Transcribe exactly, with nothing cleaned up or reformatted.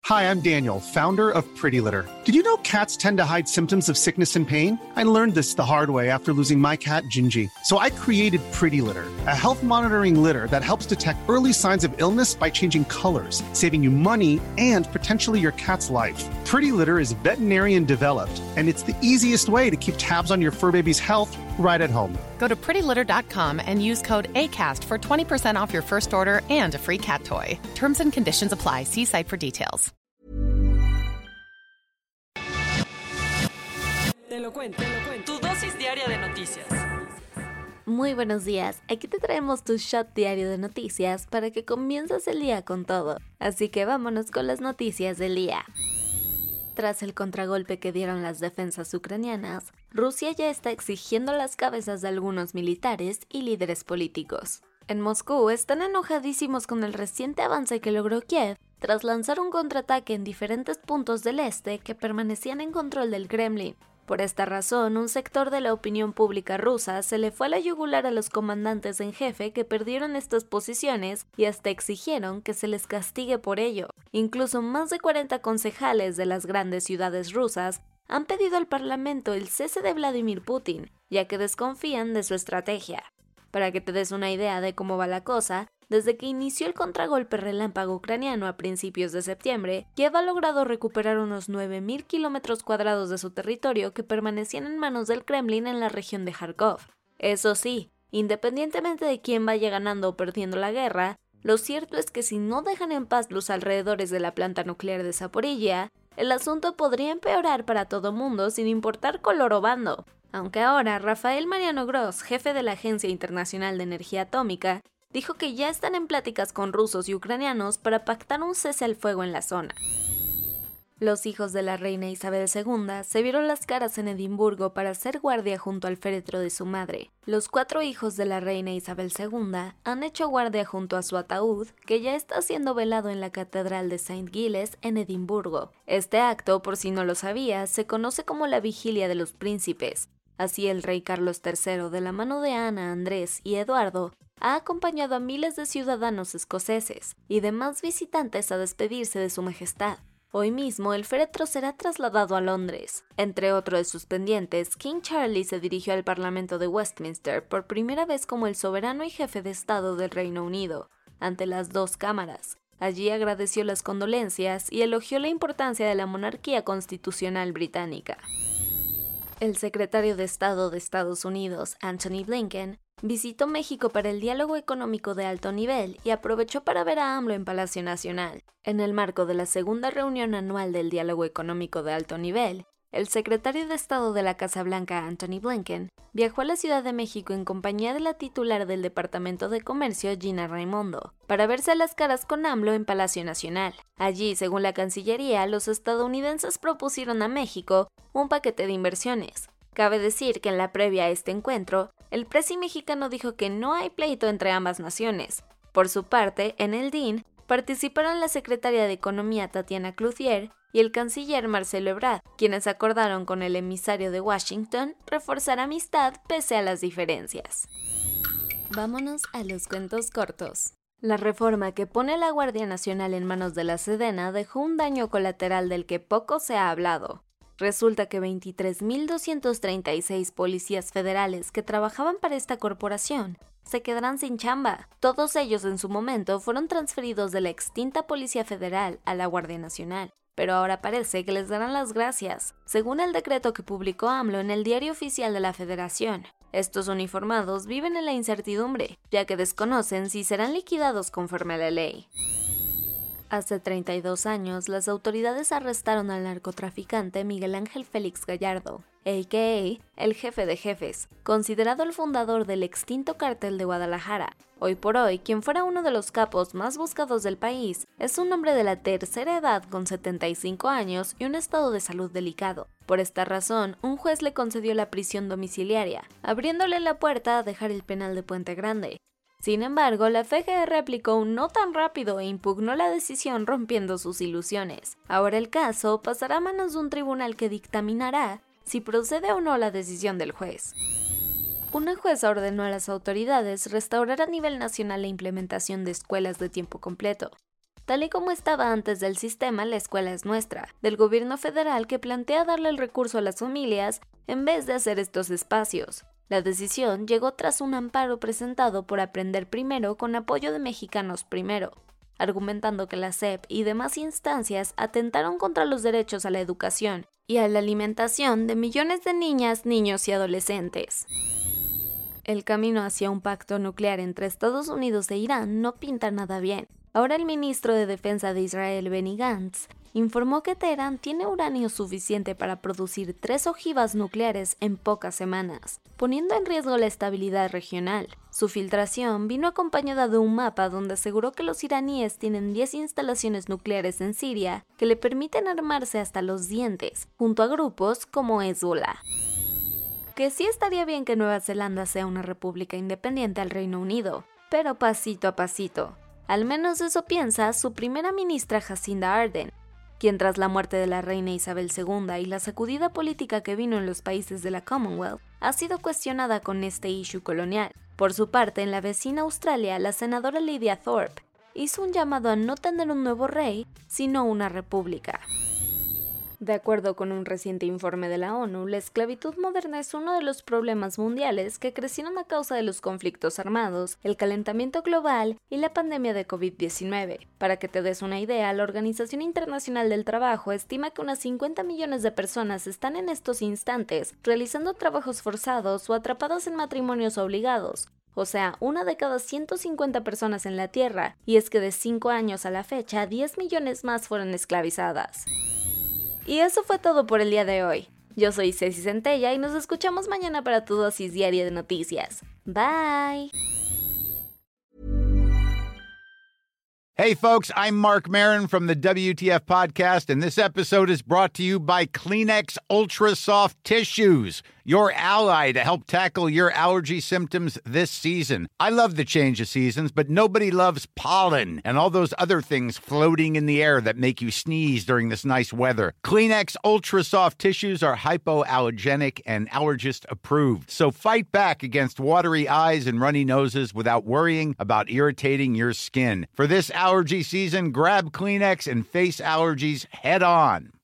Hi, I'm Daniel, founder of Pretty Litter. Did you know cats tend to hide symptoms of sickness and pain? I learned this the hard way after losing my cat, Gingy. So I created Pretty Litter, a health monitoring litter that helps detect early signs of illness by changing colors, saving you money and potentially your cat's life. Pretty Litter is veterinarian developed, and it's the easiest way to keep tabs on your fur baby's health right at home. Go to pretty litter dot com and use code ACAST for twenty percent off your first order and a free cat toy. Terms and conditions apply. See site for details. Te lo cuento, te lo cuento. Tu dosis diaria de noticias. Muy buenos días, aquí te traemos tu shot diario de noticias para que comiences el día con todo. Así que vámonos con las noticias del día. Tras el contragolpe que dieron las defensas ucranianas, Rusia ya está exigiendo las cabezas de algunos militares y líderes políticos. En Moscú están enojadísimos con el reciente avance que logró Kiev tras lanzar un contraataque en diferentes puntos del este que permanecían en control del Kremlin. Por esta razón, un sector de la opinión pública rusa se le fue a la yugular a los comandantes en jefe que perdieron estas posiciones y hasta exigieron que se les castigue por ello. Incluso más de cuarenta concejales de las grandes ciudades rusas han pedido al parlamento el cese de Vladimir Putin, ya que desconfían de su estrategia. Para que te des una idea de cómo va la cosa, desde que inició el contragolpe relámpago ucraniano a principios de septiembre, Kiev ha logrado recuperar unos nueve mil kilómetros cuadrados de su territorio que permanecían en manos del Kremlin en la región de Kharkov. Eso sí, independientemente de quién vaya ganando o perdiendo la guerra, lo cierto es que si no dejan en paz los alrededores de la planta nuclear de Zaporilla, el asunto podría empeorar para todo mundo sin importar color o bando. Aunque ahora Rafael Mariano Gross, jefe de la Agencia Internacional de Energía Atómica, dijo que ya están en pláticas con rusos y ucranianos para pactar un cese al fuego en la zona. Los hijos de la reina Isabel segunda se vieron las caras en Edimburgo para hacer guardia junto al féretro de su madre. Los cuatro hijos de la reina Isabel segunda han hecho guardia junto a su ataúd, que ya está siendo velado en la Catedral de Saint Giles en Edimburgo. Este acto, por si no lo sabías, se conoce como la Vigilia de los Príncipes. Así el rey Carlos tercero, de la mano de Ana, Andrés y Eduardo, ha acompañado a miles de ciudadanos escoceses y demás visitantes a despedirse de su majestad. Hoy mismo el féretro será trasladado a Londres. Entre otros de sus pendientes, King Charles se dirigió al Parlamento de Westminster por primera vez como el soberano y jefe de Estado del Reino Unido, ante las dos cámaras. Allí agradeció las condolencias y elogió la importancia de la monarquía constitucional británica. El secretario de Estado de Estados Unidos, Antony Blinken, visitó México para el diálogo económico de alto nivel y aprovechó para ver a AMLO en Palacio Nacional. En el marco de la segunda reunión anual del diálogo económico de alto nivel, el secretario de Estado de la Casa Blanca, Antony Blinken, viajó a la Ciudad de México en compañía de la titular del Departamento de Comercio, Gina Raimondo, para verse a las caras con AMLO en Palacio Nacional. Allí, según la Cancillería, los estadounidenses propusieron a México un paquete de inversiones. Cabe decir que en la previa a este encuentro, el presi mexicano dijo que no hay pleito entre ambas naciones. Por su parte, en el D I N participaron la secretaria de Economía Tatiana Cloutier y el canciller Marcelo Ebrard, quienes acordaron con el emisario de Washington reforzar amistad pese a las diferencias. Vámonos a los cuentos cortos. La reforma que pone a la Guardia Nacional en manos de la Sedena dejó un daño colateral del que poco se ha hablado. Resulta que veintitrés mil doscientos treinta y seis policías federales que trabajaban para esta corporación se quedarán sin chamba. Todos ellos en su momento fueron transferidos de la extinta Policía Federal a la Guardia Nacional, pero ahora parece que les darán las gracias, según el decreto que publicó AMLO en el Diario Oficial de la Federación. Estos uniformados viven en la incertidumbre, ya que desconocen si serán liquidados conforme a la ley. Hace treinta y dos años, las autoridades arrestaron al narcotraficante Miguel Ángel Félix Gallardo, a k a el jefe de jefes, considerado el fundador del extinto cártel de Guadalajara. Hoy por hoy, quien fuera uno de los capos más buscados del país, es un hombre de la tercera edad con setenta y cinco años y un estado de salud delicado. Por esta razón, un juez le concedió la prisión domiciliaria, abriéndole la puerta a dejar el penal de Puente Grande. Sin embargo, la F G R aplicó un no tan rápido e impugnó la decisión rompiendo sus ilusiones. Ahora el caso pasará a manos de un tribunal que dictaminará si procede o no la decisión del juez. Una jueza ordenó a las autoridades restaurar a nivel nacional la implementación de escuelas de tiempo completo. tal y como estaba antes del sistema La Escuela es Nuestra, del gobierno federal que plantea darle el recurso a las familias en vez de hacer estos espacios. La decisión llegó tras un amparo presentado por Aprender Primero con apoyo de Mexicanos Primero, argumentando que la S E P y demás instancias atentaron contra los derechos a la educación y a la alimentación de millones de niñas, niños y adolescentes. El camino hacia un pacto nuclear entre Estados Unidos e Irán no pinta nada bien. Ahora el ministro de Defensa de Israel, Benny Gantz, informó que Teherán tiene uranio suficiente para producir tres ojivas nucleares en pocas semanas, poniendo en riesgo la estabilidad regional. Su filtración vino acompañada de un mapa donde aseguró que los iraníes tienen diez instalaciones nucleares en Siria que le permiten armarse hasta los dientes, junto a grupos como Hezbollah. Que sí estaría bien que Nueva Zelanda sea una república independiente al Reino Unido, pero pasito a pasito. Al menos eso piensa su primera ministra Jacinda Ardern, quien tras la muerte de la reina Isabel segunda y la sacudida política que vino en los países de la Commonwealth, ha sido cuestionada con este issue colonial. Por su parte, en la vecina Australia, la senadora Lydia Thorpe hizo un llamado a no tener un nuevo rey, sino una república. De acuerdo con un reciente informe de la ONU, la esclavitud moderna es uno de los problemas mundiales que crecieron a causa de los conflictos armados, el calentamiento global y la pandemia de COVID diecinueve. Para que te des una idea, la Organización Internacional del Trabajo estima que unas cincuenta millones de personas están en estos instantes realizando trabajos forzados o atrapadas en matrimonios obligados. O sea, una de cada ciento cincuenta personas en la Tierra, y es que de cinco años a la fecha, diez millones más fueron esclavizadas. Y eso fue todo por el día de hoy. Yo soy Ceci Centella y nos escuchamos mañana para tu dosis diaria de noticias. Bye. Hey folks, I'm Mark Maron from the W T F Podcast, and this episode is brought to you by Kleenex Ultra Soft Tissues, your ally to help tackle your allergy symptoms this season. I love the change of seasons, but nobody loves pollen and all those other things floating in the air that make you sneeze during this nice weather. Kleenex Ultra Soft Tissues are hypoallergenic and allergist approved, so fight back against watery eyes and runny noses without worrying about irritating your skin. For this allergy season, grab Kleenex and face allergies head on.